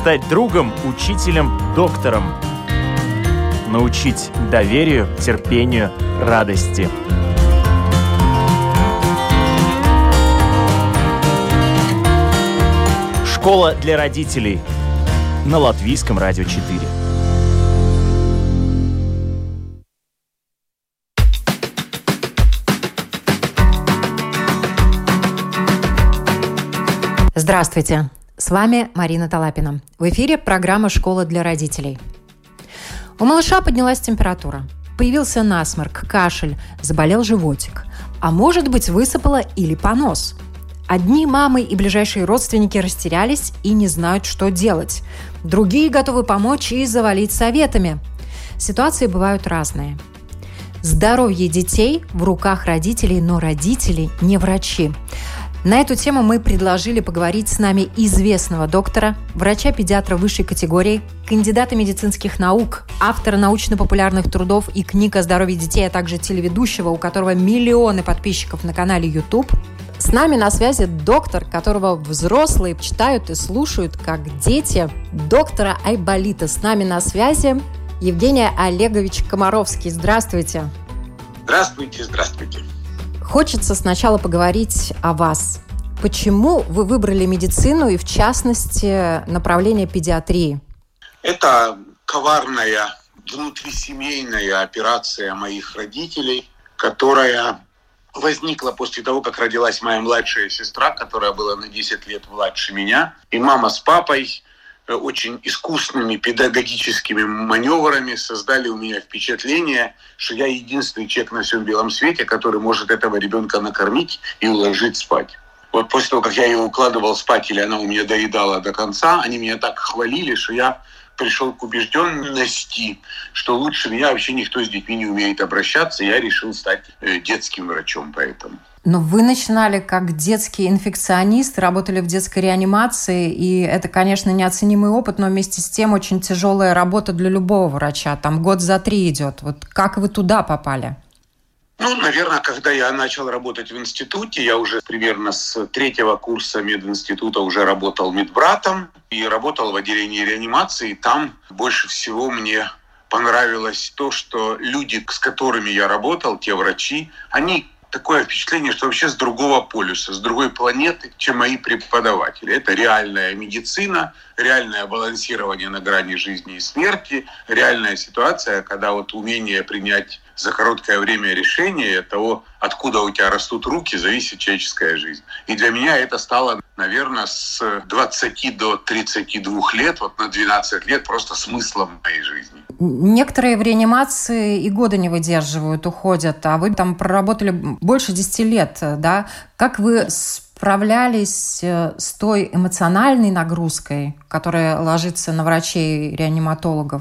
стать другом, учителем, доктором. Научить доверию, терпению, радости. Школа для родителей на Латвийском радио 4. Здравствуйте! С вами Марина Талапина. В эфире программа «Школа для родителей». У малыша поднялась температура. Появился насморк, кашель, заболел животик. А может быть, высыпало или понос. Одни мамы и ближайшие родственники растерялись и не знают, что делать. Другие готовы помочь и завалить советами. Ситуации бывают разные. Здоровье детей в руках родителей, но родители не врачи. На эту тему мы предложили поговорить с нами известного доктора, врача-педиатра высшей категории, кандидата медицинских наук, автора научно-популярных трудов и книг о здоровье детей, а также телеведущего, у которого миллионы подписчиков на канале YouTube. С нами на связи доктор, которого взрослые читают и слушают как дети, доктора Айболита. С нами на связи Евгений Олегович Комаровский. Здравствуйте. Здравствуйте, здравствуйте. Хочется сначала поговорить о вас. Почему вы выбрали медицину и, в частности, направление педиатрии? Это коварная внутрисемейная операция моих родителей, которая возникла после того, как родилась моя младшая сестра, которая была на 10 лет младше меня. И мама с папой очень искусными педагогическими маневрами создали у меня впечатление, что я единственный человек на всем белом свете, который может этого ребенка накормить и уложить спать. Вот после того, как я ее укладывал спать, или она у меня доедала до конца, они меня так хвалили, что я пришел к убежденности, что лучше меня вообще никто с детьми не умеет обращаться, и я решил стать детским врачом поэтому. Но вы начинали как детский инфекционист, работали в детской реанимации, и это, конечно, неоценимый опыт, но вместе с тем очень тяжелая работа для любого врача. Там год за 3 идет. Вот как вы туда попали? Наверное, когда я начал работать в институте, я уже примерно с 3-го курса мединститута уже работал медбратом и работал в отделении реанимации. Там больше всего мне понравилось то, что люди, с которыми я работал, те врачи, они такое впечатление, что вообще с другого полюса, с другой планеты, чем мои преподаватели. Это реальная медицина, реальное балансирование на грани жизни и смерти, реальная ситуация, когда вот умение принять за короткое время решение того, откуда у тебя растут руки, зависит человеческая жизнь. И для меня это стало, наверное, с 20 до 32 лет, вот на 12 лет просто смыслом моей жизни. Некоторые в реанимации и года не выдерживают, уходят, а вы там проработали больше 10 лет, да? Как вы справлялись с той эмоциональной нагрузкой, которая ложится на врачей и реаниматологов?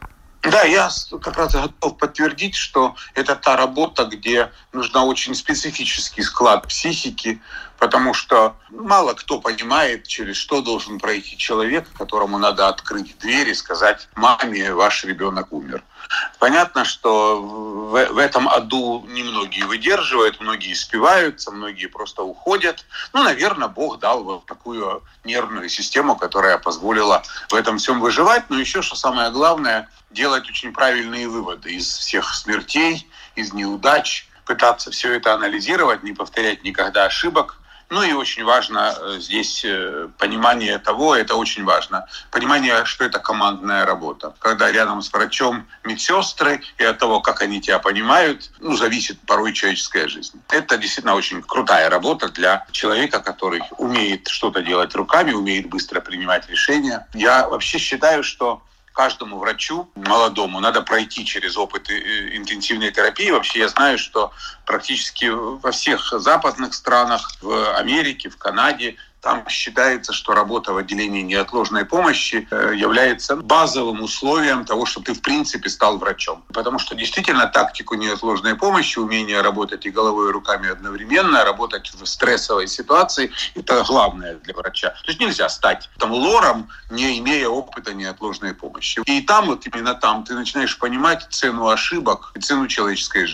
Да, я как раз готов подтвердить, что это та работа, где нужна очень специфический склад психики, потому что мало кто понимает, через что должен пройти человек, которому надо открыть дверь и сказать: «Маме, ваш ребенок умер». Понятно, что в этом аду немногие выдерживают, многие спиваются, многие просто уходят. Наверное, Бог дал вот такую нервную систему, которая позволила в этом всем выживать. Но еще, что самое главное, делать очень правильные выводы из всех смертей, из неудач, пытаться все это анализировать, не повторять никогда ошибок. И очень важно здесь понимание того, это очень важно, понимание, что это командная работа. Когда рядом с врачом медсестры, и от того, как они тебя понимают, зависит порой человеческая жизнь. Это действительно очень крутая работа для человека, который умеет что-то делать руками, умеет быстро принимать решения. Я вообще считаю, что каждому врачу молодому надо пройти через опыт интенсивной терапии. Вообще я знаю, что практически во всех западных странах, в Америке, в Канаде, там считается, что работа в отделении неотложной помощи является базовым условием того, чтобы ты в принципе стал врачом. Потому что действительно тактику неотложной помощи, умение работать и головой, и руками одновременно, работать в стрессовой ситуации – это главное для врача. То есть нельзя стать лором, не имея опыта неотложной помощи. И там, вот именно там, ты начинаешь понимать цену ошибок и цену человеческой жизни.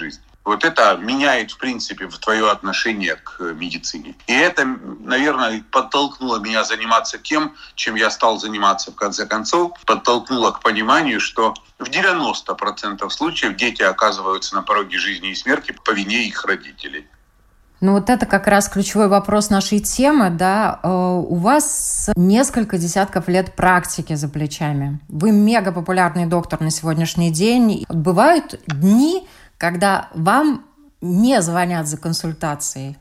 Вот это меняет, в принципе, твое отношение к медицине. И это, наверное, подтолкнуло меня заниматься тем, чем я стал заниматься в конце концов. Подтолкнуло к пониманию, что в 90% случаев дети оказываются на пороге жизни и смерти по вине их родителей. Ну вот это как раз ключевой вопрос нашей темы, да. У вас несколько десятков лет практики за плечами. Вы мегапопулярный доктор на сегодняшний день. Бывают дни, когда вам не звонят за консультацией?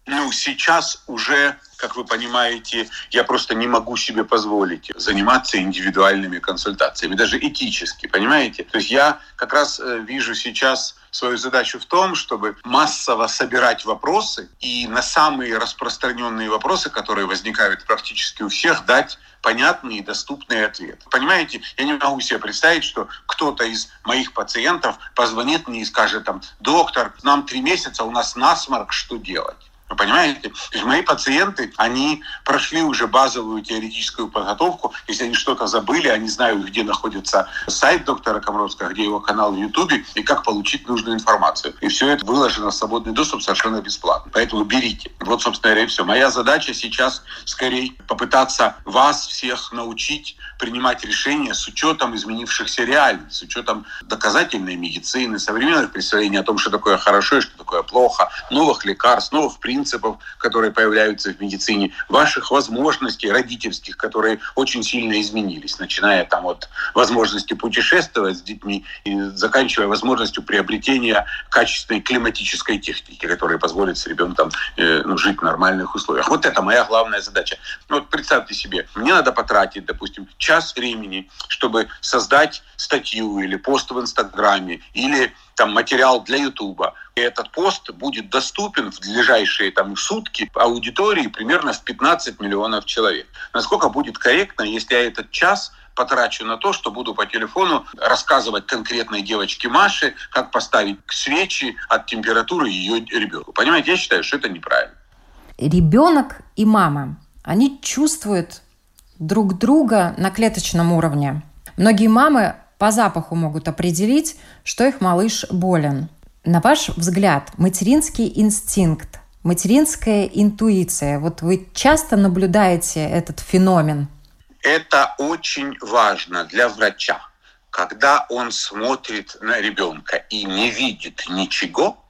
Сейчас уже, как вы понимаете, я просто не могу себе позволить заниматься индивидуальными консультациями, даже этически, понимаете? То есть я как раз вижу сейчас свою задачу в том, чтобы массово собирать вопросы и на самые распространенные вопросы, которые возникают практически у всех, дать понятный и доступный ответ. Понимаете, я не могу себе представить, что кто-то из моих пациентов позвонит мне и скажет: доктор, нам 3 месяца, у нас насморк, что делать? Вы понимаете? То есть мои пациенты, они прошли уже базовую теоретическую подготовку. Если они что-то забыли, они знают, где находится сайт доктора Комровского, где его канал в Ютубе и как получить нужную информацию. И все это выложено в свободный доступ совершенно бесплатно. Поэтому берите. Вот, собственно говоря, и все. Моя задача сейчас скорее попытаться вас всех научить принимать решения с учетом изменившихся реалий, с учетом доказательной медицины, современных представлений о том, что такое хорошо и что такое плохо, новых лекарств, новых принципов, которые появляются в медицине, ваших возможностей родительских, которые очень сильно изменились, начиная от возможности путешествовать с детьми и заканчивая возможностью приобретения качественной климатической техники, которая позволит с ребенком жить в нормальных условиях. Вот это моя главная задача. Вот представьте себе, мне надо потратить, допустим, час времени, чтобы создать статью или пост в Инстаграме, или материал для Ютуба. И этот пост будет доступен в ближайшие сутки аудитории примерно в 15 миллионов человек. Насколько будет корректно, если я этот час потрачу на то, что буду по телефону рассказывать конкретной девочке Маше, как поставить свечи от температуры ее ребенку. Понимаете, я считаю, что это неправильно. Ребенок и мама, они чувствуют друг друга на клеточном уровне. Многие мамы по запаху могут определить, что их малыш болен. На ваш взгляд, материнский инстинкт, материнская интуиция, вот вы часто наблюдаете этот феномен? Это очень важно для врача. Когда он смотрит на ребенка и не видит ничего,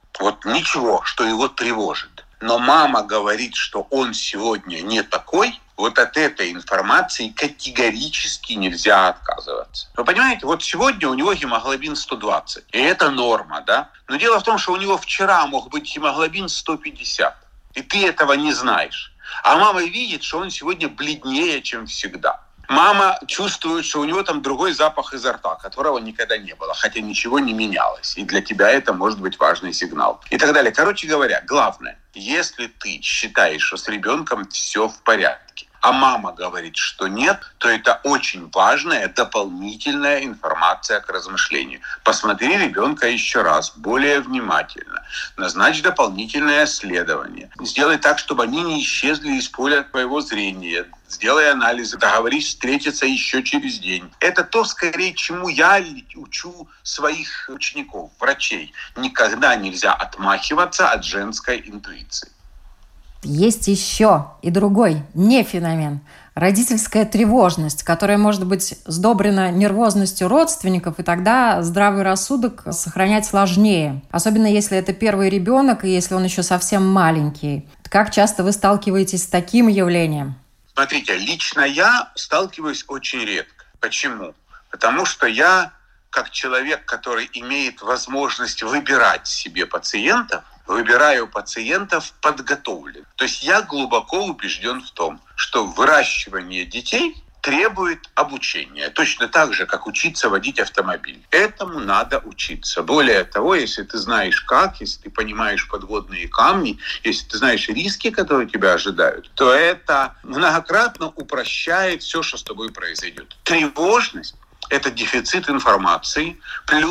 что его тревожит, но мама говорит, что он сегодня не такой, от этой информации категорически нельзя отказываться. Вы понимаете, сегодня у него гемоглобин 120, и это норма, да? Но дело в том, что у него вчера мог быть гемоглобин 150, и ты этого не знаешь. А мама видит, что он сегодня бледнее, чем всегда. Мама чувствует, что у него другой запах изо рта, которого никогда не было, хотя ничего не менялось. И для тебя это может быть важный сигнал. И так далее. Короче говоря, главное, если ты считаешь, что с ребенком все в порядке, а мама говорит, что нет, то это очень важная дополнительная информация к размышлению. Посмотри ребенка еще раз, более внимательно. Назначь дополнительное исследование. Сделай так, чтобы они не исчезли из поля твоего зрения. Сделай анализы, договорись встретиться еще через день. Это то, скорее, чему я учу своих учеников, врачей. Никогда нельзя отмахиваться от женской интуиции. Есть еще и другой не феномен. Родительская тревожность, которая может быть сдобрена нервозностью родственников, и тогда здравый рассудок сохранять сложнее. Особенно если это первый ребенок, и если он еще совсем маленький. Как часто вы сталкиваетесь с таким явлением? Смотрите, лично я сталкиваюсь очень редко. Почему? Потому что я, как человек, который имеет возможность выбирать себе пациентов, выбираю пациентов подготовленных. То есть я глубоко убежден в том, что выращивание детей требует обучения. Точно так же, как учиться водить автомобиль. Этому надо учиться. Более того, если ты знаешь как, если ты понимаешь подводные камни, если ты знаешь риски, которые тебя ожидают, то это многократно упрощает все, что с тобой произойдет. Тревожность — это дефицит информации, плюс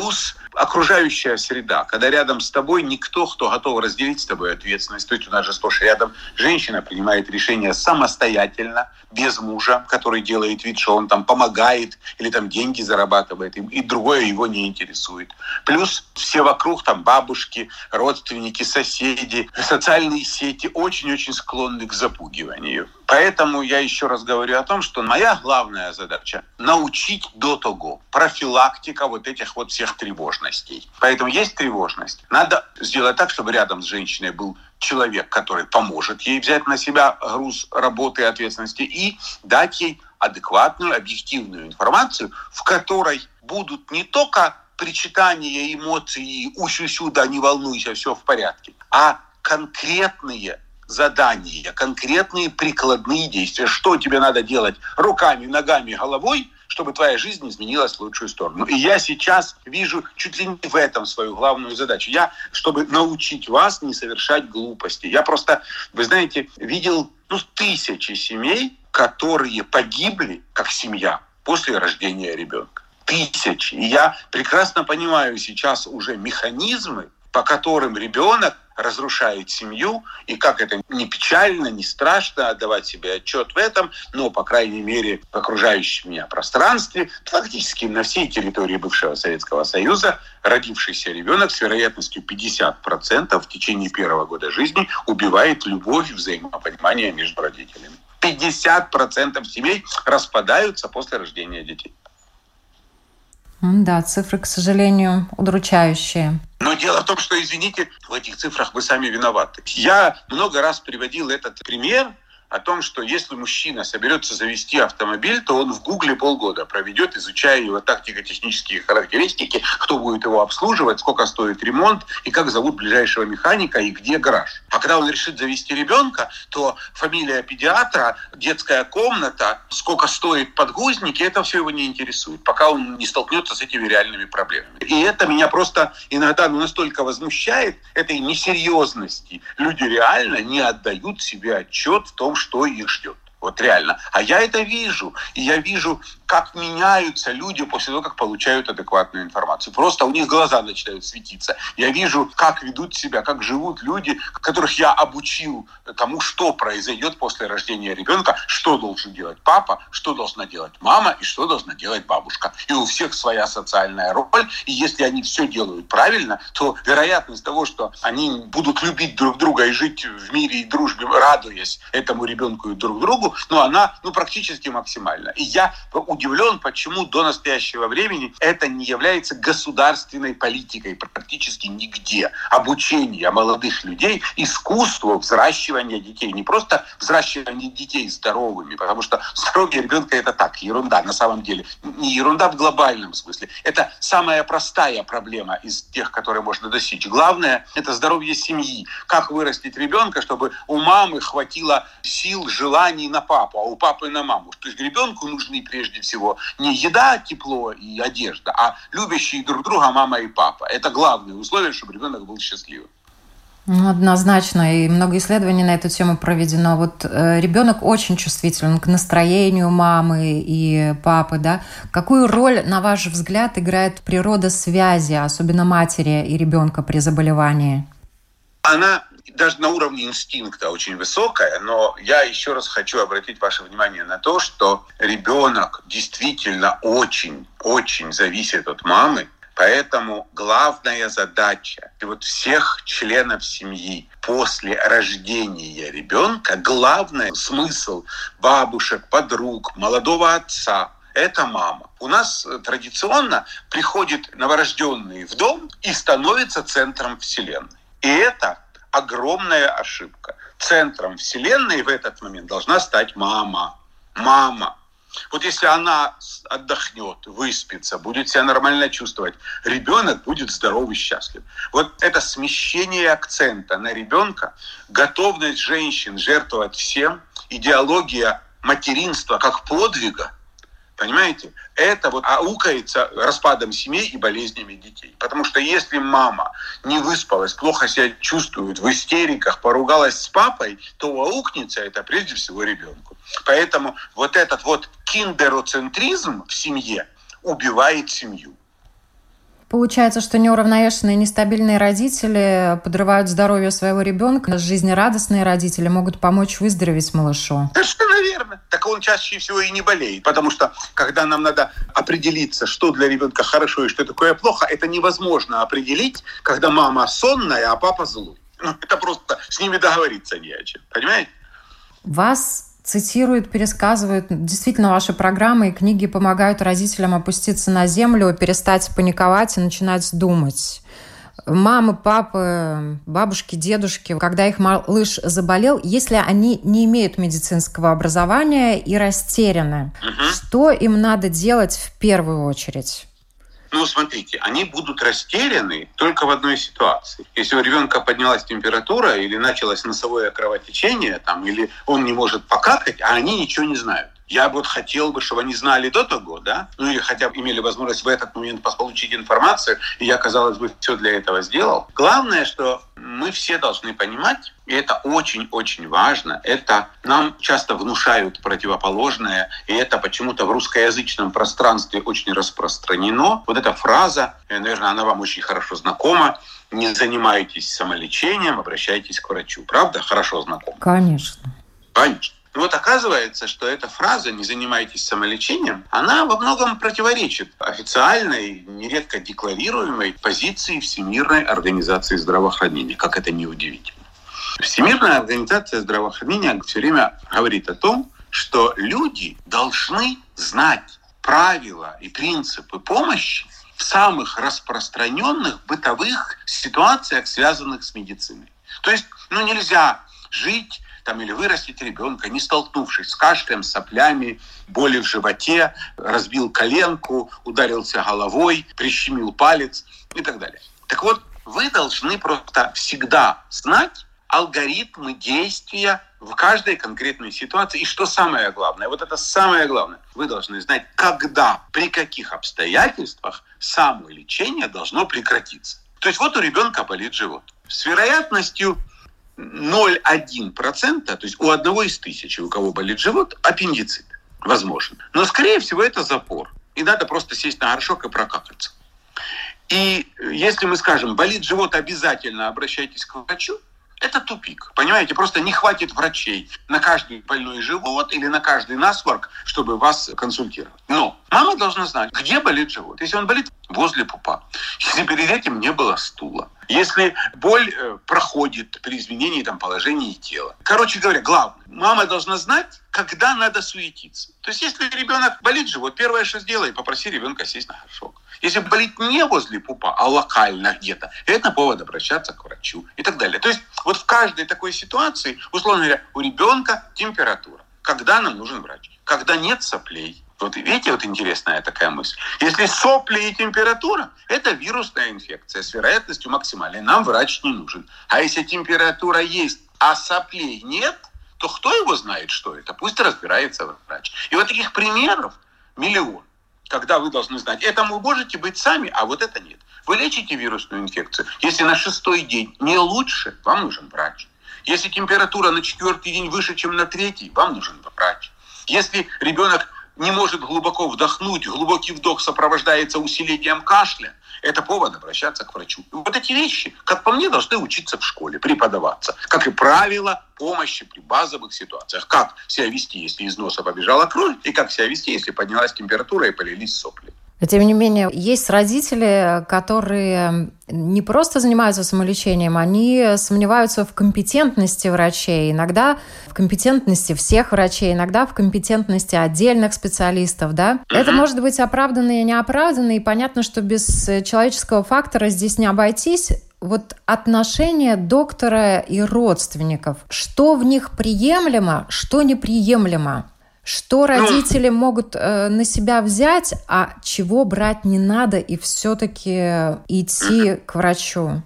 окружающая среда, когда рядом с тобой никто, кто готов разделить с тобой ответственность. То есть у нас же сплошь рядом женщина принимает решения самостоятельно, без мужа, который делает вид, что он там помогает или там деньги зарабатывает, и другое его не интересует. Плюс все вокруг, там бабушки, родственники, соседи, социальные сети очень-очень склонны к запугиванию. Поэтому я еще раз говорю о том, что моя главная задача – научить до того, профилактика вот этих вот всех тревожностей. Поэтому есть тревожность. Надо сделать так, чтобы рядом с женщиной был человек, который поможет ей взять на себя груз работы и ответственности и дать ей адекватную, объективную информацию, в которой будут не только причитания, эмоции, сюда, не волнуйся, все в порядке, а конкретные задания, конкретные прикладные действия. Что тебе надо делать руками, ногами, головой, чтобы твоя жизнь изменилась в лучшую сторону. И я сейчас вижу чуть ли не в этом свою главную задачу. Чтобы научить вас не совершать глупости. Я просто, вы знаете, видел тысячи семей, которые погибли как семья после рождения ребенка. Тысячи. И я прекрасно понимаю сейчас уже механизмы, по которым ребенок разрушает семью, и как это не печально, не страшно отдавать себе отчет в этом, но, по крайней мере, в окружающем меня пространстве, фактически на всей территории бывшего Советского Союза, родившийся ребенок с вероятностью 50% в течение первого года жизни убивает любовь и взаимопонимание между родителями. 50% семей распадаются после рождения детей. Да, цифры, к сожалению, удручающие. Но дело в том, что, извините, в этих цифрах вы сами виноваты. Я много раз приводил этот пример о том, что если мужчина соберется завести автомобиль, то он в Гугле полгода проведет, изучая его тактико-технические характеристики, кто будет его обслуживать, сколько стоит ремонт и как зовут ближайшего механика и где гараж. А когда он решит завести ребенка, то фамилия педиатра, детская комната, сколько стоит подгузники, это все его не интересует, пока он не столкнется с этими реальными проблемами. И это меня просто иногда настолько возмущает, этой несерьезности. Люди реально не отдают себе отчет в том, что их ждет. Вот реально. А я это вижу. И я вижу, как меняются люди после того, как получают адекватную информацию. Просто у них глаза начинают светиться. Я вижу, как ведут себя, как живут люди, которых я обучил тому, что произойдет после рождения ребенка, что должен делать папа, что должна делать мама и что должна делать бабушка. И у всех своя социальная роль. И если они все делают правильно, то вероятность того, что они будут любить друг друга и жить в мире и дружбе, радуясь этому ребенку и друг другу, она практически максимальна. И я удивлен, почему до настоящего времени это не является государственной политикой практически нигде. Обучение молодых людей искусству взращивания детей. Не просто взращивание детей здоровыми, потому что здоровье ребенка – это так, ерунда на самом деле. Не ерунда в глобальном смысле. Это самая простая проблема из тех, которые можно достичь. Главное – это здоровье семьи. Как вырастить ребенка, чтобы у мамы хватило сил, желаний на папу, а у папы на маму. То есть ребенку нужны прежде всего не еда, тепло и одежда, а любящие друг друга мама и папа. Это главное условие, чтобы ребенок был счастливым. Однозначно, и много исследований на эту тему проведено. Ребенок очень чувствителен к настроению мамы и папы, да? Какую роль, на ваш взгляд, играет природа связи, особенно матери и ребенка при заболевании? Она даже на уровне инстинкта очень высокая, но я еще раз хочу обратить ваше внимание на то, что ребенок действительно очень зависит от мамы, поэтому главная задача всех членов семьи после рождения ребенка, главный смысл бабушек, подруг, молодого отца – это мама. У нас традиционно приходит новорожденный в дом и становится центром вселенной. И это огромная ошибка. Центром вселенной в этот момент должна стать мама. Мама. Если она отдохнет, выспится, будет себя нормально чувствовать, ребенок будет здоров и счастлив. Это смещение акцента на ребенка, готовность женщин жертвовать всем, идеология материнства как подвига, понимаете? Это аукается распадом семей и болезнями детей. Потому что если мама не выспалась, плохо себя чувствует, в истериках, поругалась с папой, то аукнется это прежде всего ребенку. Поэтому этот киндероцентризм в семье убивает семью. Получается, что неуравновешенные, нестабильные родители подрывают здоровье своего ребенка. Жизнерадостные родители могут помочь выздороветь малышу. Совершенно верно. Так он чаще всего и не болеет. Потому что, когда нам надо определиться, что для ребенка хорошо и что такое плохо, это невозможно определить, когда мама сонная, а папа злой. Это просто с ними договориться не о чем. Понимаете? Вас цитируют, пересказывают. Действительно, ваши программы и книги помогают родителям опуститься на землю, перестать паниковать и начинать думать. Мамы, папы, бабушки, дедушки, когда их малыш заболел, если они не имеют медицинского образования и растеряны, что им надо делать в первую очередь? Смотрите, они будут растеряны только в одной ситуации. Если у ребенка поднялась температура или началось носовое кровотечение, или он не может покакать, а они ничего не знают. Я хотел бы, чтобы они знали до того, да? Или хотя бы имели возможность в этот момент получить информацию, и я, казалось бы, все для этого сделал. Главное, что мы все должны понимать, и это очень-очень важно, это нам часто внушают противоположное, и это почему-то в русскоязычном пространстве очень распространено. Вот эта фраза, наверное, она вам очень хорошо знакома: не занимайтесь самолечением, обращайтесь к врачу. Правда? Хорошо знакома? Конечно. Конечно. Оказывается, что эта фраза «не занимайтесь самолечением», она во многом противоречит официальной, нередко декларируемой позиции Всемирной организации здравоохранения. Как это ни удивительно. Всемирная организация здравоохранения все время говорит о том, что люди должны знать правила и принципы помощи в самых распространенных бытовых ситуациях, связанных с медициной. То есть нельзя жить или вырастить ребенка, не столкнувшись с кашлем, соплями, боли в животе, разбил коленку, ударился головой, прищемил палец и так далее. Так вот, вы должны просто всегда знать алгоритмы действия в каждой конкретной ситуации. И что самое главное, это самое главное, вы должны знать, когда, при каких обстоятельствах самолечение должно прекратиться. То есть у ребенка болит живот. С вероятностью 0,1%, то есть у 1 из 1000, у кого болит живот, аппендицит. Возможно. Но, скорее всего, это запор. И надо просто сесть на горшок и прокакаться. И если мы скажем, болит живот, обязательно обращайтесь к врачу, это тупик. Понимаете, просто не хватит врачей на каждый больной живот или на каждый насморк, чтобы вас консультировать. Но мама должна знать, где болит живот. Если он болит возле пупа, если перед этим не было стула, если боль проходит при изменении положения тела. Короче говоря, главное, мама должна знать, когда надо суетиться. То есть, если ребенок болит живот, первое, что сделай, попроси ребенка сесть на горшок. Если болит не возле пупа, а локально где-то, это повод обращаться к врачу и так далее. То есть, в каждой такой ситуации, условно говоря, у ребенка температура. Когда нам нужен врач? Когда нет соплей. Видите, интересная такая мысль. Если сопли и температура, это вирусная инфекция с вероятностью максимальной. Нам врач не нужен. А если температура есть, а соплей нет, то кто его знает, что это? Пусть разбирается врач. И таких примеров миллион. Когда вы должны знать, это вы можете быть сами, а это нет. Вы лечите вирусную инфекцию. Если на 6-й день не лучше, вам нужен врач. Если температура на 4-й день выше, чем на 3-й, вам нужен врач. Если ребенок не может глубоко вдохнуть, глубокий вдох сопровождается усилением кашля, это повод обращаться к врачу. Эти вещи, как по мне, должны учиться в школе, преподаваться. Как и правила помощи при базовых ситуациях. Как себя вести, если из носа побежала кровь, и как себя вести, если поднялась температура и полились сопли. Но, тем не менее, есть родители, которые не просто занимаются самолечением, они сомневаются в компетентности врачей, иногда в компетентности всех врачей, иногда в компетентности отдельных специалистов, да? Это может быть оправданно и неоправданно, и понятно, что без человеческого фактора здесь не обойтись. Отношения доктора и родственников, что в них приемлемо, что неприемлемо? Что родители могут на себя взять, а чего брать не надо, и все-таки идти к врачу?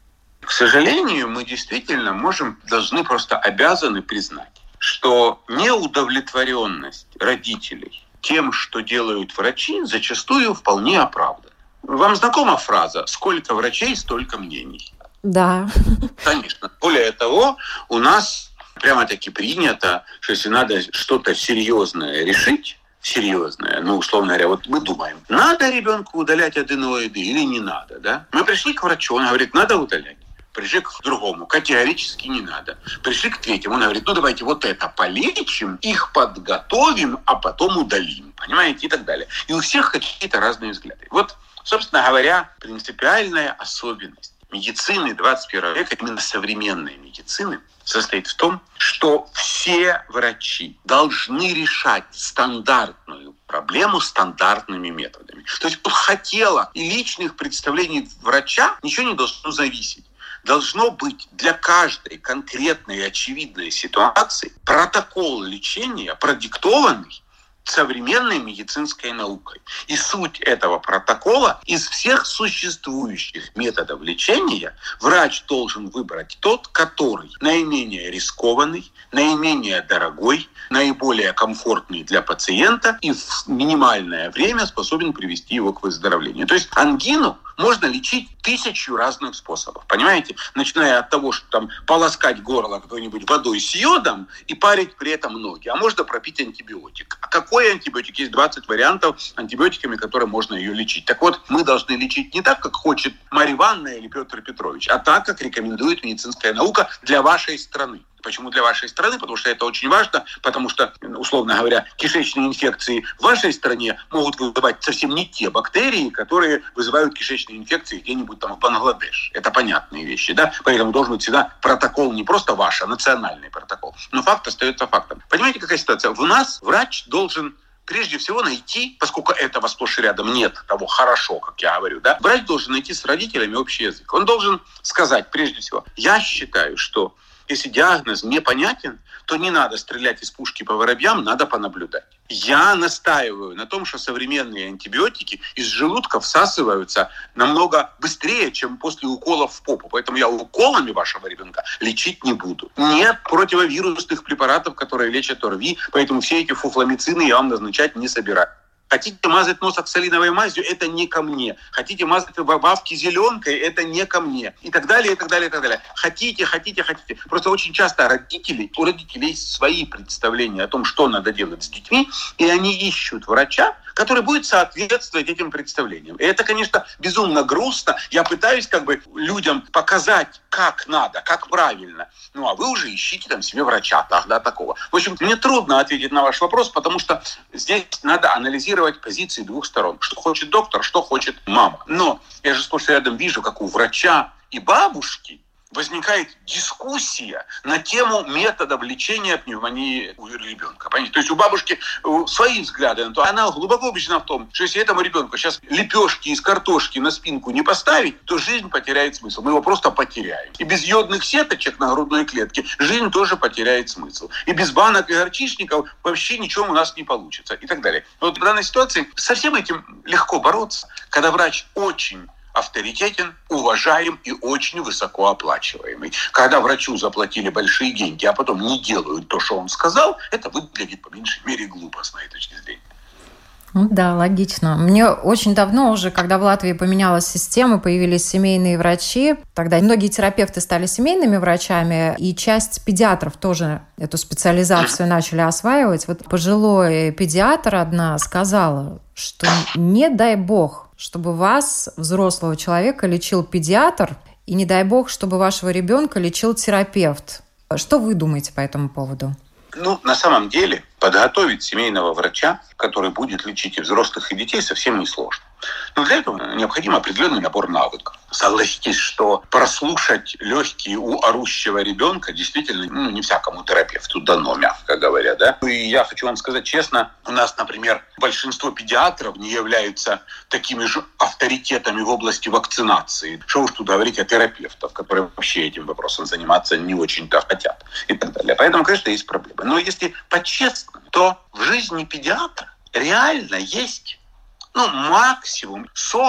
К сожалению, мы действительно должны просто обязаны признать, что неудовлетворенность родителей тем, что делают врачи, зачастую вполне оправдана. Вам знакома фраза «сколько врачей, столько мнений»? Да. Конечно. Более того, у нас прямо-таки принято, что если надо что-то серьезное решить, серьезное. Условно говоря, вот мы думаем, надо ребенку удалять аденоиды или не надо, да? Мы пришли к врачу, он говорит, надо удалять. Пришли к другому, категорически не надо. Пришли к третьему, он говорит, давайте вот это полечим, их подготовим, а потом удалим. Понимаете, и так далее. И у всех какие-то разные взгляды. Вот, собственно говоря, принципиальная особенность медицины 21 века, именно современной медицины, состоит в том, что все врачи должны решать стандартную проблему стандартными методами. То есть от хотела и личных представлений врача ничего не должно зависеть. Должно быть для каждой конкретной и очевидной ситуации протокол лечения, продиктованный современной медицинской наукой. И суть этого протокола: из всех существующих методов лечения врач должен выбрать тот, который наименее рискованный, наименее дорогой, наиболее комфортный для пациента и в минимальное время способен привести его к выздоровлению. То есть ангину можно лечить 1000 разных способов, понимаете? Начиная от того, что там полоскать горло какой-нибудь водой с йодом и парить при этом ноги. А можно пропить антибиотик. А какой антибиотик? Есть 20 вариантов антибиотиками, которыми можно ее лечить. Так вот, мы должны лечить не так, как хочет Марья Ивановна или Петр Петрович, а так, как рекомендует медицинская наука для вашей страны. Почему для вашей страны? Потому что это очень важно, потому что, условно говоря, кишечные инфекции в вашей стране могут вызывать совсем не те бактерии, которые вызывают кишечные инфекции где-нибудь там в Бангладеш. Это понятные вещи, да? Поэтому должен быть всегда протокол не просто ваш, а национальный протокол. Но факт остается фактом. Понимаете, какая ситуация? У нас врач должен прежде всего найти, поскольку этого сплошь и рядом нет того хорошо, как я говорю, да, врач должен найти с родителями общий язык. Он должен сказать, прежде всего, я считаю, что если диагноз непонятен, то не надо стрелять из пушки по воробьям, надо понаблюдать. Я настаиваю на том, что современные антибиотики из желудка всасываются намного быстрее, чем после уколов в попу. Поэтому я уколами вашего ребенка лечить не буду. Нет противовирусных препаратов, которые лечат ОРВИ, поэтому все эти фуфломицины я вам назначать не собираюсь. Хотите мазать нос оксалиновой мазью, это не ко мне. Хотите мазать бабки зеленкой, это не ко мне. И так далее, и так далее, и так далее. Хотите. Просто очень часто у родителей есть свои представления о том, что надо делать с детьми, и они ищут врача, который будет соответствовать этим представлениям. И это, конечно, безумно грустно. Я пытаюсь людям показать, как надо, как правильно. А вы уже ищите там себе врача тогда такого. В общем, мне трудно ответить на ваш вопрос, потому что здесь надо анализировать позиции двух сторон. Что хочет доктор, что хочет мама. Но я же сплошь рядом вижу, как у врача и бабушки возникает дискуссия на тему методов лечения пневмонии у ребенка. Понимаете? То есть у бабушки свои взгляды на то. Она глубоко убеждена в том, что если этому ребенку сейчас лепешки из картошки на спинку не поставить, то жизнь потеряет смысл. Мы его просто потеряем. И без йодных сеточек на грудной клетке жизнь тоже потеряет смысл. И без банок и горчичников вообще ничего у нас не получится. И так далее. Но вот в данной ситуации со всем этим легко бороться, когда врач очень авторитетен, уважаем и очень высокооплачиваемый. Когда врачу заплатили большие деньги, а потом не делают то, что он сказал, это выглядит по меньшей мере глупо с моей точки зрения. Да, логично. Мне очень давно уже, когда в Латвии поменялась система, появились семейные врачи, тогда многие терапевты стали семейными врачами, и часть педиатров тоже эту специализацию начали осваивать. Вот пожилой педиатр одна сказала, что не дай бог, чтобы вас, взрослого человека, лечил педиатр, и не дай бог, чтобы вашего ребенка лечил терапевт. Что вы думаете по этому поводу? На самом деле, подготовить семейного врача, который будет лечить и взрослых, и детей, совсем несложно. Но для этого необходим определенный набор навыков. Согласитесь, что прослушать легкие у орущего ребенка действительно не всякому терапевту дано, мягко говоря. Да? И я хочу вам сказать честно, у нас, например, большинство педиатров не являются такими же авторитетами в области вакцинации. Что уж тут говорить о терапевтах, которые вообще этим вопросом заниматься не очень-то хотят. И так далее. Поэтому, конечно, есть проблемы. Но если по-честному, то в жизни педиатра реально есть максимум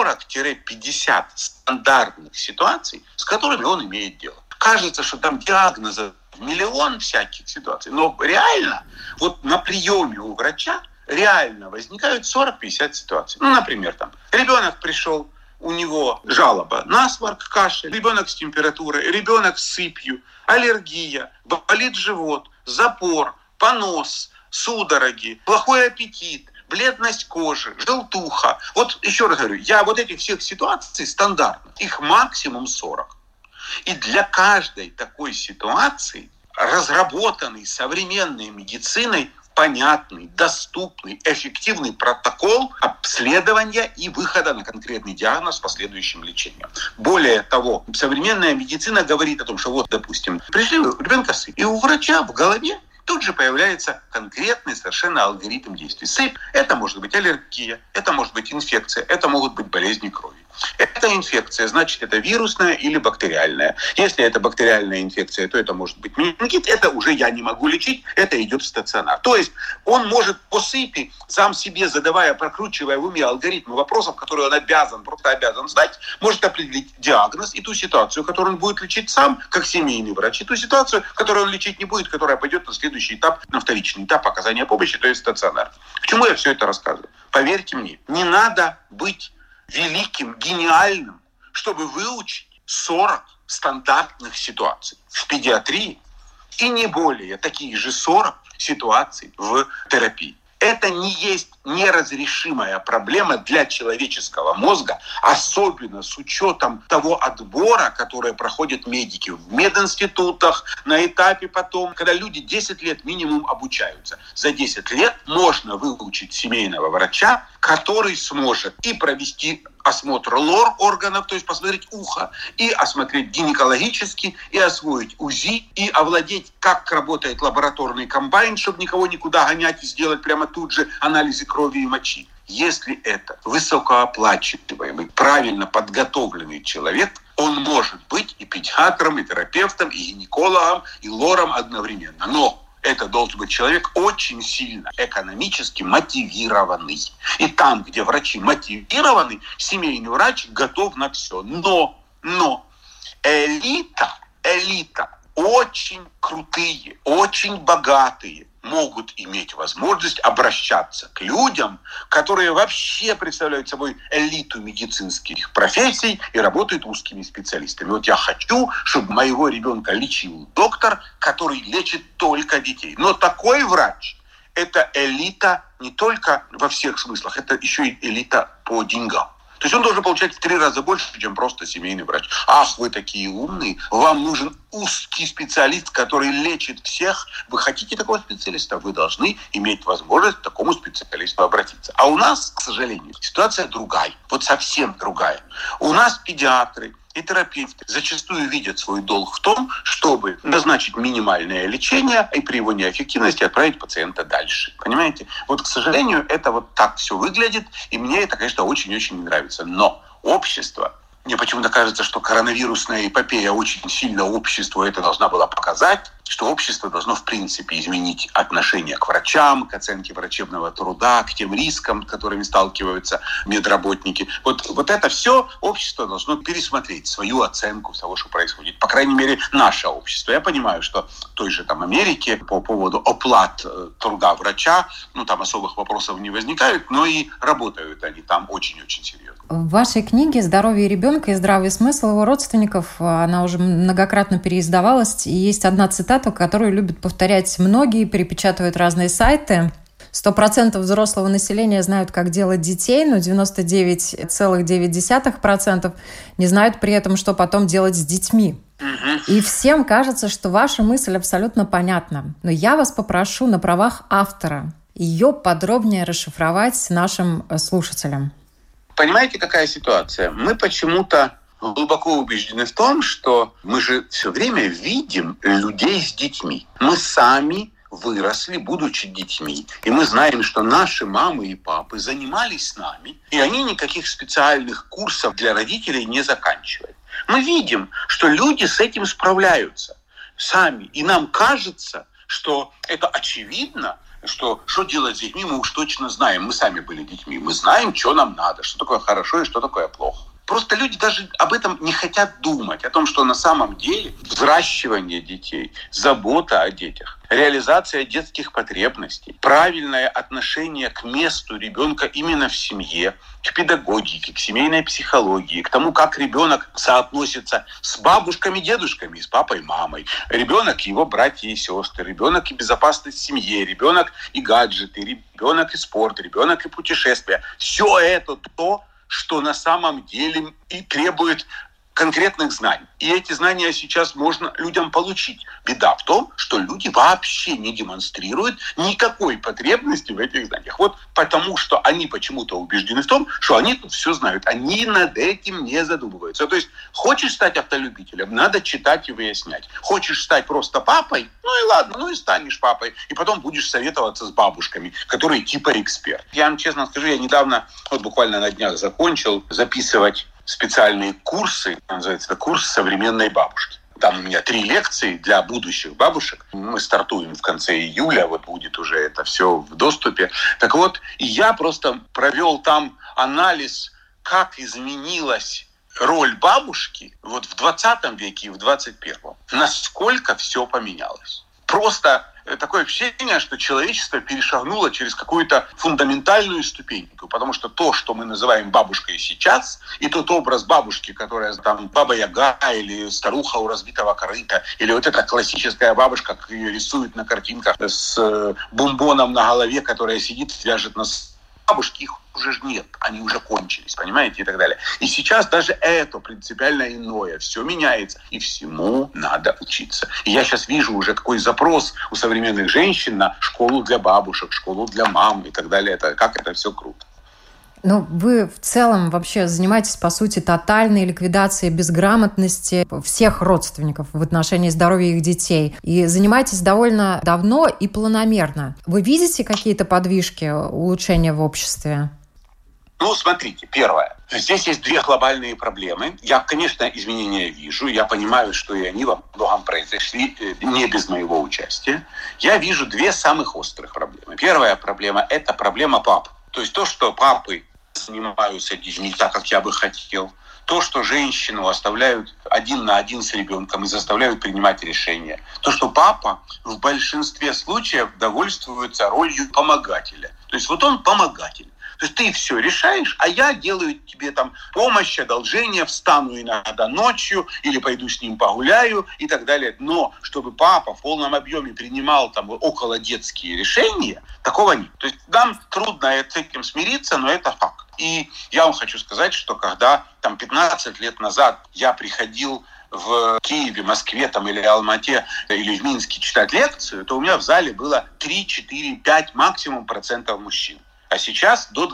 40-50 стандартных ситуаций, с которыми он имеет дело. Кажется, что там диагнозов миллион всяких ситуаций, но реально на приеме у врача реально возникают 40-50 ситуаций. Например, ребенок пришел, у него жалоба, насморк, кашель, ребенок с температурой, ребенок с сыпью, аллергия, болит живот, запор, понос, судороги, плохой аппетит, бледность кожи, желтуха. Вот еще раз говорю, я вот этих всех ситуаций стандартно, их максимум 40. И для каждой такой ситуации разработанный современной медициной понятный, доступный, эффективный протокол обследования и выхода на конкретный диагноз с последующим лечением. Более того, современная медицина говорит о том, что вот, допустим, пришли у ребенка сыпь, и у врача в голове тут же появляется конкретный совершенно алгоритм действий. Сыпь – это может быть аллергия, это может быть инфекция, это могут быть болезни крови. Это инфекция, значит, это вирусная или бактериальная. Если это бактериальная инфекция, то это может быть менингит. Это уже я не могу лечить, это идет в стационар. То есть он может по сыпи, сам себе задавая, прокручивая в уме алгоритмы вопросов, которые он просто обязан знать, может определить диагноз и ту ситуацию, которую он будет лечить сам, как семейный врач, и ту ситуацию, которую он лечить не будет, которая пойдет на следующий этап, на вторичный этап оказания помощи, то есть стационар. К чему я все это рассказываю? Поверьте мне, не надо быть великим, гениальным, чтобы выучить 40 стандартных ситуаций в педиатрии и не более такие же 40 ситуаций в терапии. Это не есть неразрешимая проблема для человеческого мозга, особенно с учетом того отбора, который проходят медики в мединститутах, на этапе потом, когда люди 10 лет минимум обучаются. За 10 лет можно выучить семейного врача, который сможет и провести осмотр лор-органов, то есть посмотреть ухо, и осмотреть гинекологически, и освоить УЗИ, и овладеть, как работает лабораторный комбайн, чтобы никого никуда гонять и сделать прямо тут же анализы крови и мочи. Если это высокооплачиваемый, правильно подготовленный человек, он может быть и педиатром, и терапевтом, и гинекологом, и лором одновременно. Но это должен быть человек очень сильно экономически мотивированный. И там, где врачи мотивированы, семейный врач готов на все. Но элита, очень крутые, очень богатые, могут иметь возможность обращаться к людям, которые вообще представляют собой элиту медицинских профессий и работают узкими специалистами. Вот я хочу, чтобы моего ребенка лечил доктор, который лечит только детей. Но такой врач – это элита не только во всех смыслах, это еще и элита по деньгам. То есть он должен получать в 3 раза больше, чем просто семейный врач. Ах, вы такие умные, вам нужен узкий специалист, который лечит всех. Вы хотите такого специалиста, вы должны иметь возможность к такому специалисту обратиться. А у нас, к сожалению, ситуация другая, вот совсем другая. У нас педиатры и терапевты зачастую видят свой долг в том, чтобы назначить минимальное лечение и при его неэффективности отправить пациента дальше. Понимаете? Вот, к сожалению, это вот так все выглядит, и мне это, конечно, очень-очень не нравится. Но общество, мне почему-то кажется, что коронавирусная эпопея очень сильно обществу это должна была показать, что общество должно, в принципе, изменить отношение к врачам, к оценке врачебного труда, к тем рискам, с которыми сталкиваются медработники. Вот это все общество должно пересмотреть свою оценку того, что происходит. По крайней мере, наше общество. Я понимаю, что в той же там Америке по поводу оплат труда врача, там особых вопросов не возникает, но и работают они там очень-очень серьезно. В вашей книге «Здоровье ребенка и здравый смысл его родственников», она уже многократно переиздавалась, и есть одна цитата, которую любят повторять многие, перепечатывают разные сайты. 100% взрослого населения знают, как делать детей, но 99,9% не знают при этом, что потом делать с детьми. И всем кажется, что ваша мысль абсолютно понятна. Но я вас попрошу на правах автора ее подробнее расшифровать нашим слушателям. Понимаете, какая ситуация? Мы почему-то глубоко убеждены в том, что мы же все время видим людей с детьми. Мы сами выросли, будучи детьми. И мы знаем, что наши мамы и папы занимались с нами, и они никаких специальных курсов для родителей не заканчивали. Мы видим, что люди с этим справляются сами. И нам кажется, что это очевидно, что делать с детьми мы уж точно знаем. Мы сами были детьми. Мы знаем, что нам надо, что такое хорошо и что такое плохо. Просто люди даже об этом не хотят думать, о том, что на самом деле взращивание детей, забота о детях, реализация детских потребностей, правильное отношение к месту ребенка именно в семье, к педагогике, к семейной психологии, к тому, как ребенок соотносится с бабушками, дедушками, с папой, мамой, ребенок и его братья и сестры, ребенок и безопасность в семье, ребенок и гаджеты, ребенок и спорт, ребенок и путешествия. Все это то, что на самом деле и требует конкретных знаний. И эти знания сейчас можно людям получить. Беда в том, что люди вообще не демонстрируют никакой потребности в этих знаниях. Вот потому, что они почему-то убеждены в том, что они тут все знают. Они над этим не задумываются. То есть, хочешь стать автолюбителем, надо читать и выяснять. Хочешь стать просто папой, ну и ладно, ну и станешь папой. И потом будешь советоваться с бабушками, которые типа эксперт. Я вам честно скажу, я недавно, вот буквально на днях закончил записывать специальные курсы, называется это курс современной бабушки. Там у меня 3 лекции для будущих бабушек. Мы стартуем в конце июля, вот будет уже это все в доступе. Так вот, и я просто провел там анализ, как изменилась роль бабушки вот в 20 веке и в 21-м. Насколько все поменялось. Просто такое ощущение, что человечество перешагнуло через какую-то фундаментальную ступеньку, потому что то, что мы называем бабушкой сейчас, и тот образ бабушки, которая там Баба-Яга или старуха у разбитого корыта, или вот эта классическая бабушка, как ее рисуют на картинках с бомбоном на голове, которая сидит, вяжет на бабушки, их уже нет, они уже кончились, понимаете, и так далее. И сейчас даже это принципиально иное, все меняется, и всему надо учиться. И я сейчас вижу уже какой запрос у современных женщин на школу для бабушек, школу для мам и так далее, как это все круто. Ну, вы в целом вообще занимаетесь, по сути, тотальной ликвидацией безграмотности всех родственников в отношении здоровья их детей. И занимаетесь довольно давно и планомерно. Вы видите какие-то подвижки, улучшения в обществе? Ну, смотрите, первое. Здесь есть 2 глобальные проблемы. Я, конечно, изменения вижу. Я понимаю, что и они во многом произошли не без моего участия. Я вижу 2 самых острых проблемы. Первая проблема – это проблема пап. То есть то, что папы занимаются детьми так, как я бы хотел. То, что женщину оставляют 1 на 1 с ребенком и заставляют принимать решения. То, что папа в большинстве случаев довольствуется ролью помогателя. То есть вот он помогатель. То есть ты все решаешь, а я делаю тебе там помощь, одолжение, встану иногда ночью или пойду с ним погуляю и так далее. Но чтобы папа в полном объеме принимал там около детские решения, такого нет. То есть нам трудно с этим смириться, но это факт. И я вам хочу сказать, что когда там 15 лет назад я приходил в Киеве, Москве там, или Алмате, или в Минске читать лекцию, то у меня в зале было 3, 4, 5 максимум процентов мужчин. А сейчас до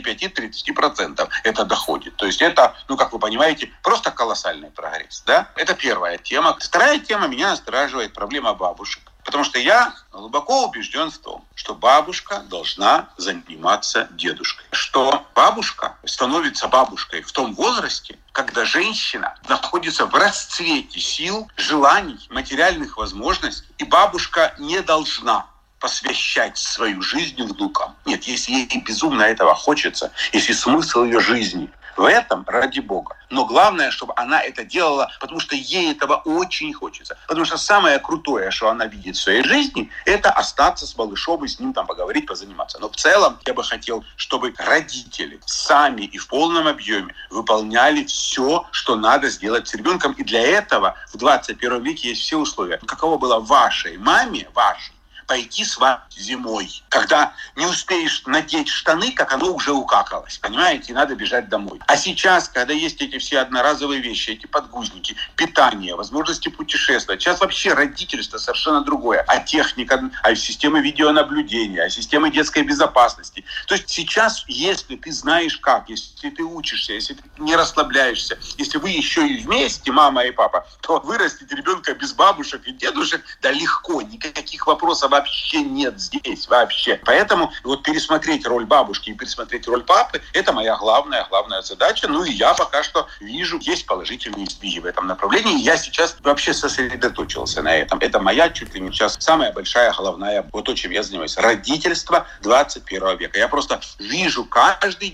25-30% это доходит. То есть это, как вы понимаете, просто колоссальный прогресс. Да? Это первая тема. Вторая тема меня настораживает проблема бабушек. Потому что я глубоко убежден в том, что бабушка должна заниматься дедушкой. Что бабушка становится бабушкой в том возрасте, когда женщина находится в расцвете сил, желаний, материальных возможностей. И бабушка не должна посвящать свою жизнь внукам. Нет, если ей безумно этого хочется, если смысл ее жизни в этом, ради Бога. Но главное, чтобы она это делала, потому что ей этого очень хочется. Потому что самое крутое, что она видит в своей жизни, это остаться с малышом и с ним там поговорить, позаниматься. Но в целом я бы хотел, чтобы родители сами и в полном объеме выполняли все, что надо сделать с ребенком. И для этого в 21 веке есть все условия. Каково было вашей маме, пойти с вами зимой, когда не успеешь надеть штаны, как оно уже укакалось, понимаете, и надо бежать домой. А сейчас, когда есть эти все одноразовые вещи, эти подгузники, питание, возможности путешествовать, сейчас вообще родительство совершенно другое. А техника, а системы видеонаблюдения, а системы детской безопасности. То есть сейчас, если ты знаешь как, если ты учишься, если ты не расслабляешься, если вы еще и вместе, мама и папа, то вырастить ребенка без бабушек и дедушек, да легко, никаких вопросов вообще нет здесь, вообще. Поэтому вот пересмотреть роль бабушки и пересмотреть роль папы – это моя главная задача. Ну и я пока что вижу, есть положительные сдвиги в этом направлении. Я сейчас вообще сосредоточился на этом. Это моя чуть ли не сейчас самая большая головная, вот то, чем я занимаюсь. Родительство 21 века. Я просто вижу каждый день,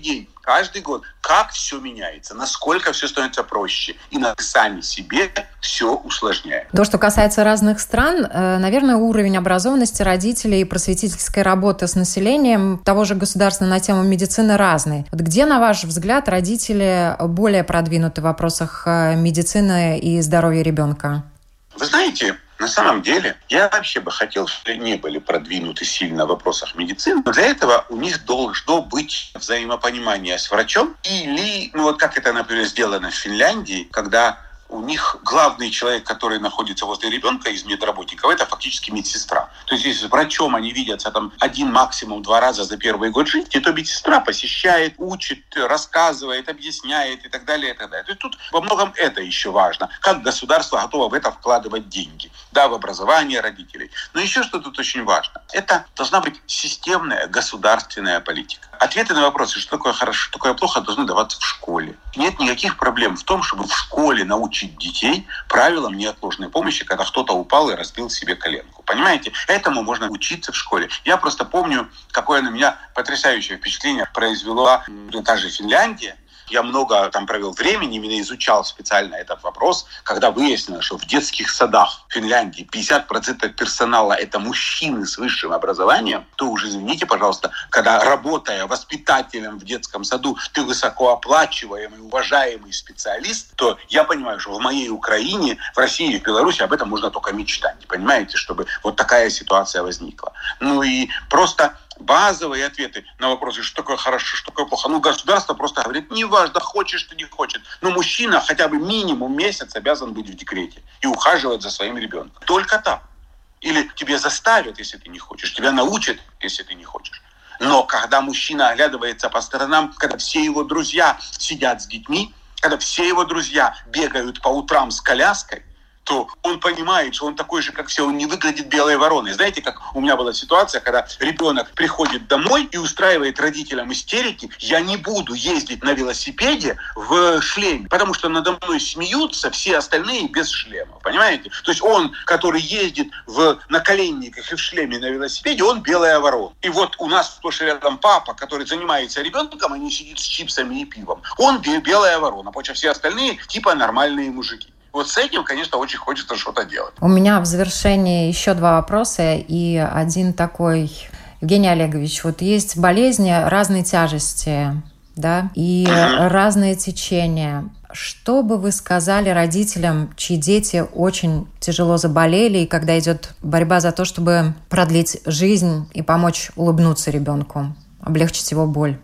каждый год, как все меняется, насколько все становится проще. И мы сами себе все усложняем. То, что касается разных стран, наверное, уровень образованности родителей и просветительской работы с населением того же государства на тему медицины разный. Вот где, на ваш взгляд, родители более продвинуты в вопросах медицины и здоровья ребенка? Вы знаете, на самом деле, я вообще бы хотел, чтобы не были продвинуты сильно в вопросах медицины, но для этого у них должно быть взаимопонимание с врачом или, как это, например, сделано в Финляндии, когда у них главный человек, который находится возле ребенка из медработников, это фактически медсестра. То есть, если с врачом они видятся там 1, максимум 2 раза за первый год жизни, то медсестра посещает, учит, рассказывает, объясняет и так далее, и так далее. То есть, тут во многом это еще важно. Как государство готово в это вкладывать деньги, в образование родителей. Но еще что тут очень важно. Это должна быть системная государственная политика. Ответы на вопросы, что такое хорошо, что такое плохо, должны даваться в школе. Нет никаких проблем в том, чтобы в школе научить детей правилам неотложной помощи, когда кто-то упал и разбил себе коленку. Понимаете? Этому можно учиться в школе. Я просто помню, какое на меня потрясающее впечатление произвела та же Финляндия. Я много там провел времени, именно изучал специально этот вопрос, когда выяснилось, что в детских садах Финляндии 50% персонала – это мужчины с высшим образованием, то уже, извините, пожалуйста, когда, работая воспитателем в детском саду, ты высокооплачиваемый, уважаемый специалист, то я понимаю, что в моей Украине, в России и в Беларуси об этом можно только мечтать, понимаете, чтобы вот такая ситуация возникла. И просто базовые ответы на вопросы, что такое хорошо, что такое плохо. Государство просто говорит, неважно, хочешь ты, не хочешь. Но мужчина хотя бы минимум месяц обязан быть в декрете и ухаживать за своим ребенком. Только так. Или тебе заставят, если ты не хочешь. Тебя научат, если ты не хочешь. Но когда мужчина оглядывается по сторонам, когда все его друзья сидят с детьми, когда все его друзья бегают по утрам с коляской, то он понимает, что он такой же, как все, он не выглядит белой вороной. Знаете, как у меня была ситуация, когда ребенок приходит домой и устраивает родителям истерики: я не буду ездить на велосипеде в шлеме, потому что надо мной смеются все остальные без шлема. Понимаете? То есть он, который ездит в наколенниках и в шлеме на велосипеде, он белая ворона. И вот у нас сплошь рядом папа, который занимается ребенком, а не сидит с чипсами и пивом. Он белая ворона, потому что все остальные типа нормальные мужики. Вот с этим, конечно, очень хочется что-то делать. У меня в завершении еще 2 вопроса и один такой. Евгений Олегович, вот есть болезни разной тяжести, и разные течения. Что бы вы сказали родителям, чьи дети очень тяжело заболели, и когда идет борьба за то, чтобы продлить жизнь и помочь улыбнуться ребенку, облегчить его боль?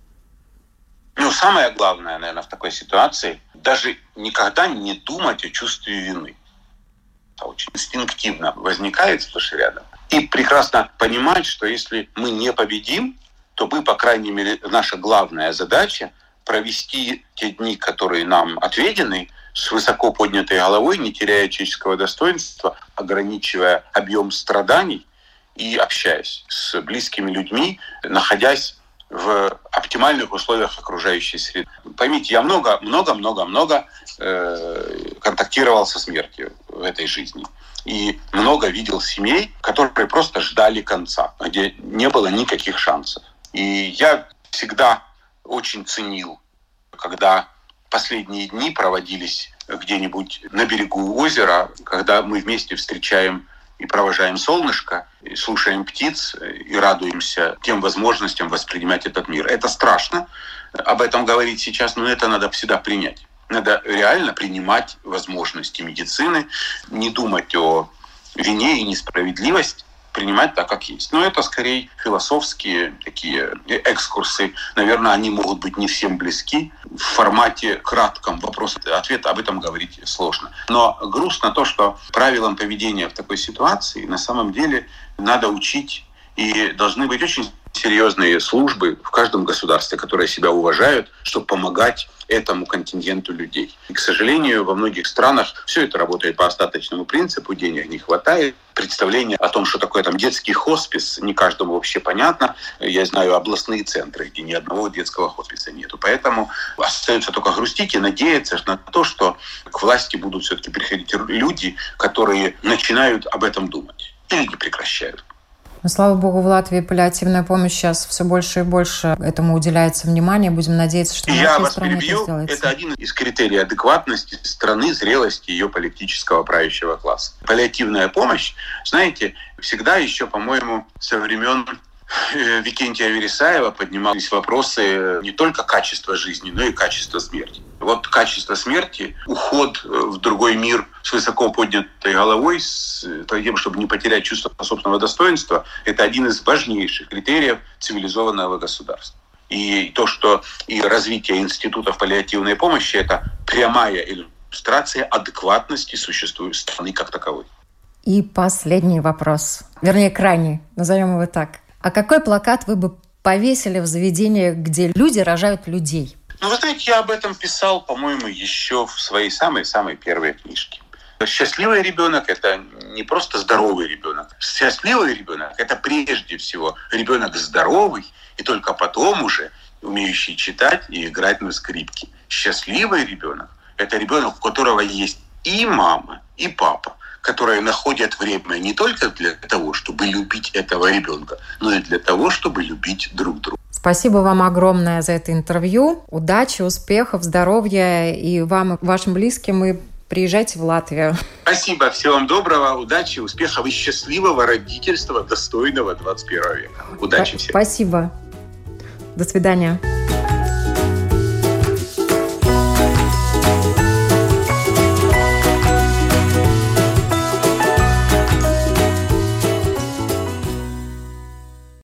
Самое главное, наверное, в такой ситуации – даже никогда не думать о чувстве вины. Это очень инстинктивно возникает сплошь и рядом. И прекрасно понимать, что если мы не победим, то мы, по крайней мере, наша главная задача – провести те дни, которые нам отведены, с высоко поднятой головой, не теряя человеческого достоинства, ограничивая объем страданий и общаясь с близкими людьми, находясь в оптимальных условиях окружающей среды. Поймите, я много контактировал со смертью в этой жизни. И много видел семей, которые просто ждали конца, где не было никаких шансов. И я всегда очень ценил, когда последние дни проводились где-нибудь на берегу озера, когда мы вместе встречаем и провожаем солнышко, и слушаем птиц, и радуемся тем возможностям воспринимать этот мир. Это страшно об этом говорить сейчас, но это надо всегда принять. Надо реально принимать возможности медицины, не думать о вине и несправедливости, принимать так, как есть. Но это скорее философские такие экскурсы. Наверное, они могут быть не всем близки. В формате кратком вопрос-ответ об этом говорить сложно. Но грустно то, что правилам поведения в такой ситуации на самом деле надо учить. И должны быть очень серьезные службы в каждом государстве, которые себя уважают, чтобы помогать этому контингенту людей. И, к сожалению, во многих странах все это работает по остаточному принципу, денег не хватает. Представление о том, что такое детский хоспис, не каждому вообще понятно. Я знаю областные центры, где ни одного детского хосписа нету. Поэтому остается только грустить и надеяться на то, что к власти будут все-таки приходить люди, которые начинают об этом думать или не прекращают. Но, слава богу, в Латвии паллиативная помощь сейчас все больше и больше этому уделяется внимание. Будем надеяться, что в нашей стране это сделается. Это один из критерий адекватности страны, зрелости ее политического правящего класса. Паллиативная помощь, знаете, всегда еще, по-моему, со времен Викентия Вересаева поднимались вопросы не только качества жизни, но и качества смерти. Вот качество смерти, уход в другой мир с высоко поднятой головой, с тем, чтобы не потерять чувство собственного достоинства, это один из важнейших критериев цивилизованного государства. И то, что и развитие институтов паллиативной помощи, это прямая иллюстрация адекватности существующей страны как таковой. И последний вопрос, вернее, крайний, назовем его так. А какой плакат вы бы повесили в заведениях, где люди рожают людей? Вы знаете, я об этом писал, по-моему, еще в своей самой-самой первой книжке. Счастливый ребенок – это не просто здоровый ребенок. Счастливый ребенок – это прежде всего ребенок здоровый, и только потом уже умеющий читать и играть на скрипке. Счастливый ребенок – это ребенок, у которого есть и мама, и папа, которые находят время не только для того, чтобы любить этого ребенка, но и для того, чтобы любить друг друга. Спасибо вам огромное за это интервью. Удачи, успехов, здоровья и вам, и вашим близким, и приезжайте в Латвию. Спасибо, всего вам доброго, удачи, успехов и счастливого родительства, достойного 21 века. Удачи всем. Спасибо. До свидания.